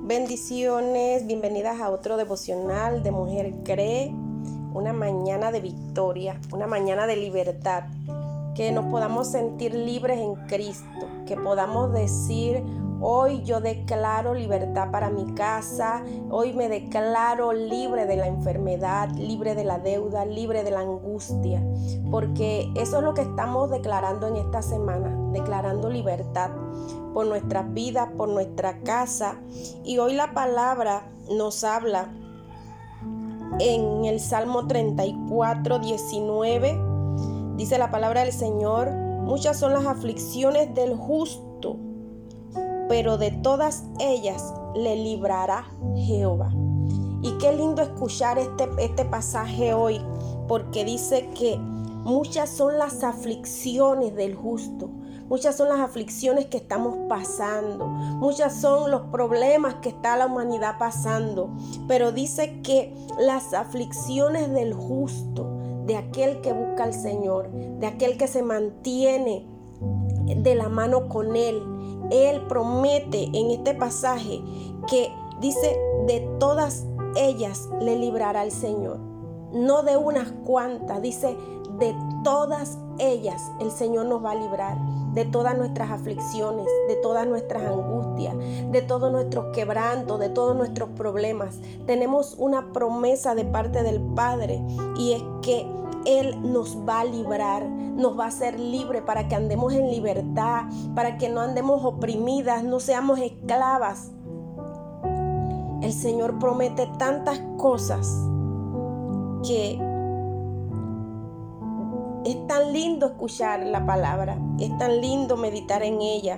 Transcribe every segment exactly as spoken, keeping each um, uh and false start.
Bendiciones, bienvenidas a otro devocional de Mujer Cree, una mañana de victoria, una mañana de libertad, que nos podamos sentir libres en Cristo, que podamos decir: hoy yo declaro libertad para mi casa, hoy me declaro libre de la enfermedad, libre de la deuda, libre de la angustia, porque eso es lo que estamos declarando en esta semana, declarando libertad por nuestras vidas, por nuestra casa. Y hoy la palabra nos habla en el Salmo treinta y cuatro, diecinueve. Dice la palabra del Señor: muchas son las aflicciones del justo, pero de todas ellas le librará Jehová. Y qué lindo escuchar este, este pasaje hoy, porque dice que muchas son las aflicciones del justo. Muchas son las aflicciones que estamos pasando. Muchas son los problemas que está la humanidad pasando. Pero dice que las aflicciones del justo, de aquel que busca al Señor, de aquel que se mantiene de la mano con Él, Él promete en este pasaje que dice: de todas ellas le librará el Señor. No de unas cuantas, dice: de todas ellas el Señor nos va a librar. De todas nuestras aflicciones, de todas nuestras angustias, de todos nuestros quebrantos, de todos nuestros problemas. Tenemos una promesa de parte del Padre, y es que Él nos va a librar, nos va a hacer libre para que andemos en libertad, para que no andemos oprimidas, no seamos esclavas. El Señor promete tantas cosas que es tan lindo escuchar la palabra, es tan lindo meditar en ella.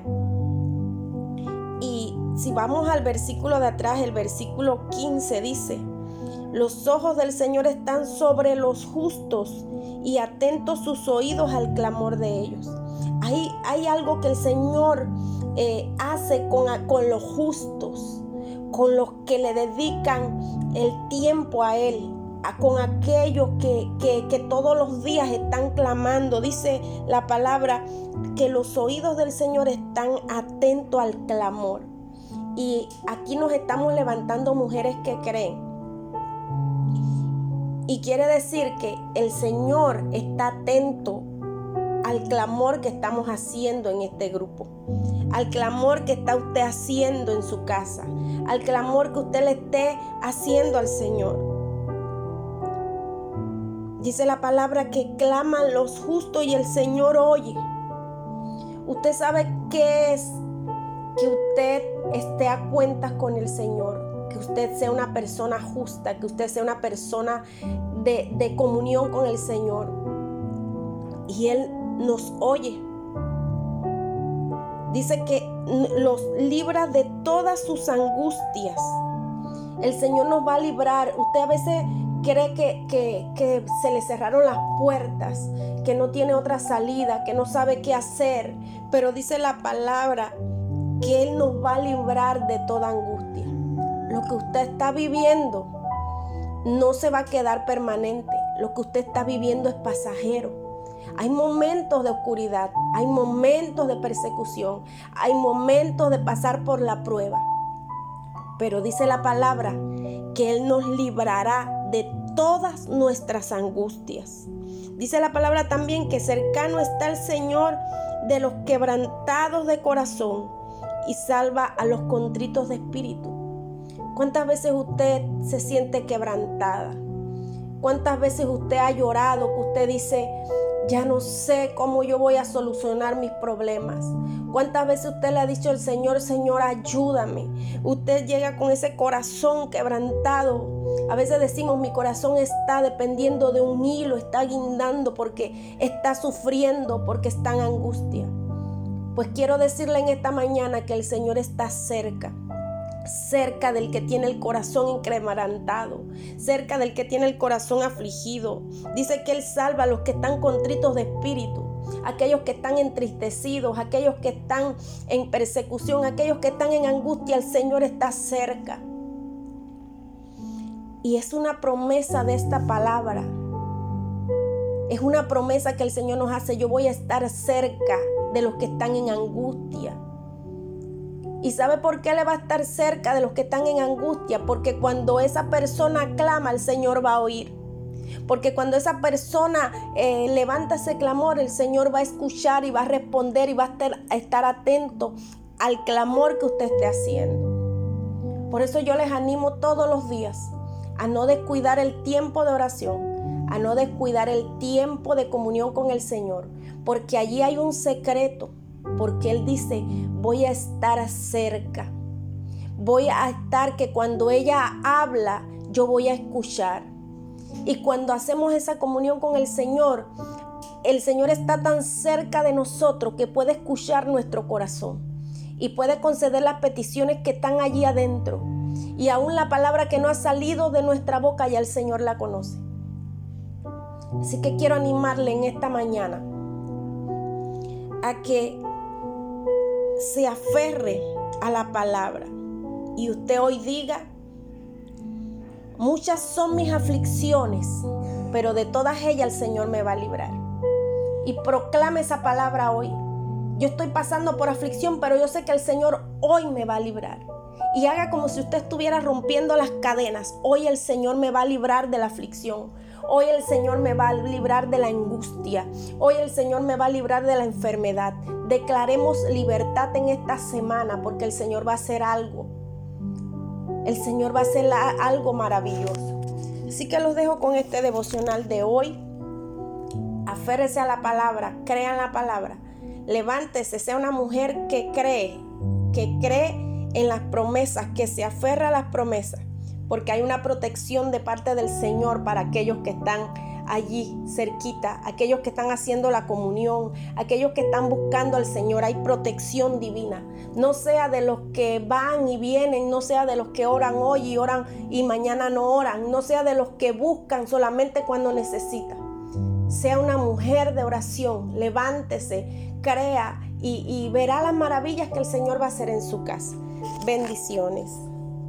Y si vamos al versículo de atrás, el versículo quince dice: los ojos del Señor están sobre los justos y atentos sus oídos al clamor de ellos. Hay, hay algo que el Señor eh, hace con, con los justos, con los que le dedican el tiempo a Él, con aquellos que, que, que todos los días están clamando. Dice la palabra que los oídos del Señor están atentos al clamor. Y aquí nos estamos levantando mujeres que creen. Y quiere decir que el Señor está atento al clamor que estamos haciendo en este grupo, al clamor que está usted haciendo en su casa, al clamor que usted le esté haciendo al Señor. Dice la palabra que claman los justos y el Señor oye. Usted sabe qué es que usted esté a cuentas con el Señor, que usted sea una persona justa, que usted sea una persona de, de comunión con el Señor. Y Él nos oye. Dice que los libra de todas sus angustias. El Señor nos va a librar. Usted a veces cree que, que, que se le cerraron las puertas, que no tiene otra salida, que no sabe qué hacer, pero dice la palabra que Él nos va a librar de toda angustia. Lo que usted está viviendo no se va a quedar permanente. Lo que usted está viviendo es pasajero. Hay momentos de oscuridad, hay momentos de persecución, hay momentos de pasar por la prueba, pero dice la palabra que Él nos librará de todas nuestras angustias. Dice la palabra también que cercano está el Señor de los quebrantados de corazón y salva a los contritos de espíritu. ¿Cuántas veces usted se siente quebrantada? ¿Cuántas veces usted ha llorado que usted dice: ya no sé cómo yo voy a solucionar mis problemas? ¿Cuántas veces usted le ha dicho al Señor: Señor, ayúdame? Usted llega con ese corazón quebrantado. A veces decimos: mi corazón está dependiendo de un hilo, está guindando porque está sufriendo, porque está en angustia. Pues quiero decirle en esta mañana que el Señor está cerca. Cerca del que tiene el corazón quebrantado, cerca del que tiene el corazón afligido. Dice que Él salva a los que están contritos de espíritu, aquellos que están entristecidos, aquellos que están en persecución, aquellos que están en angustia. El Señor está cerca. Y es una promesa de esta palabra. Es una promesa que el Señor nos hace. Yo voy a estar cerca de los que están en angustia. ¿Y sabe por qué Él va a estar cerca de los que están en angustia? Porque cuando esa persona clama, el Señor va a oír. Porque cuando esa persona eh, levanta ese clamor, el Señor va a escuchar y va a responder y va a estar, a estar atento al clamor que usted esté haciendo. Por eso yo les animo todos los días a no descuidar el tiempo de oración, a no descuidar el tiempo de comunión con el Señor, porque allí hay un secreto, porque Él dice, voy a estar cerca, voy a estar que cuando ella habla, yo voy a escuchar. Y cuando hacemos esa comunión con el Señor, el Señor está tan cerca de nosotros que puede escuchar nuestro corazón y puede conceder las peticiones que están allí adentro. Y aún la palabra que no ha salido de nuestra boca, ya el Señor la conoce. Así que quiero animarle en esta mañana a que se aferre a la palabra y usted hoy diga, muchas son mis aflicciones, pero de todas ellas el Señor me va a librar. Y proclame esa palabra hoy. Yo estoy pasando por aflicción, pero yo sé que el Señor hoy me va a librar. Y haga como si usted estuviera rompiendo las cadenas. Hoy el Señor me va a librar de la aflicción. Hoy el Señor me va a librar de la angustia. Hoy el Señor me va a librar de la enfermedad. Declaremos libertad en esta semana, porque el Señor va a hacer algo. El Señor va a hacer algo maravilloso. Así que los dejo con este devocional de hoy. Aférrese a la palabra, crea en la palabra. Levántese, sea una mujer que cree, que cree en las promesas, que se aferra a las promesas, porque hay una protección de parte del Señor para aquellos que están allí cerquita, aquellos que están haciendo la comunión, aquellos que están buscando al Señor. Hay protección divina. No sea de los que van y vienen, no sea de los que oran hoy y oran y mañana no oran, no sea de los que buscan solamente cuando necesitan. Sea una mujer de oración, levántese, crea y, y verá las maravillas que el Señor va a hacer en su casa. Bendiciones.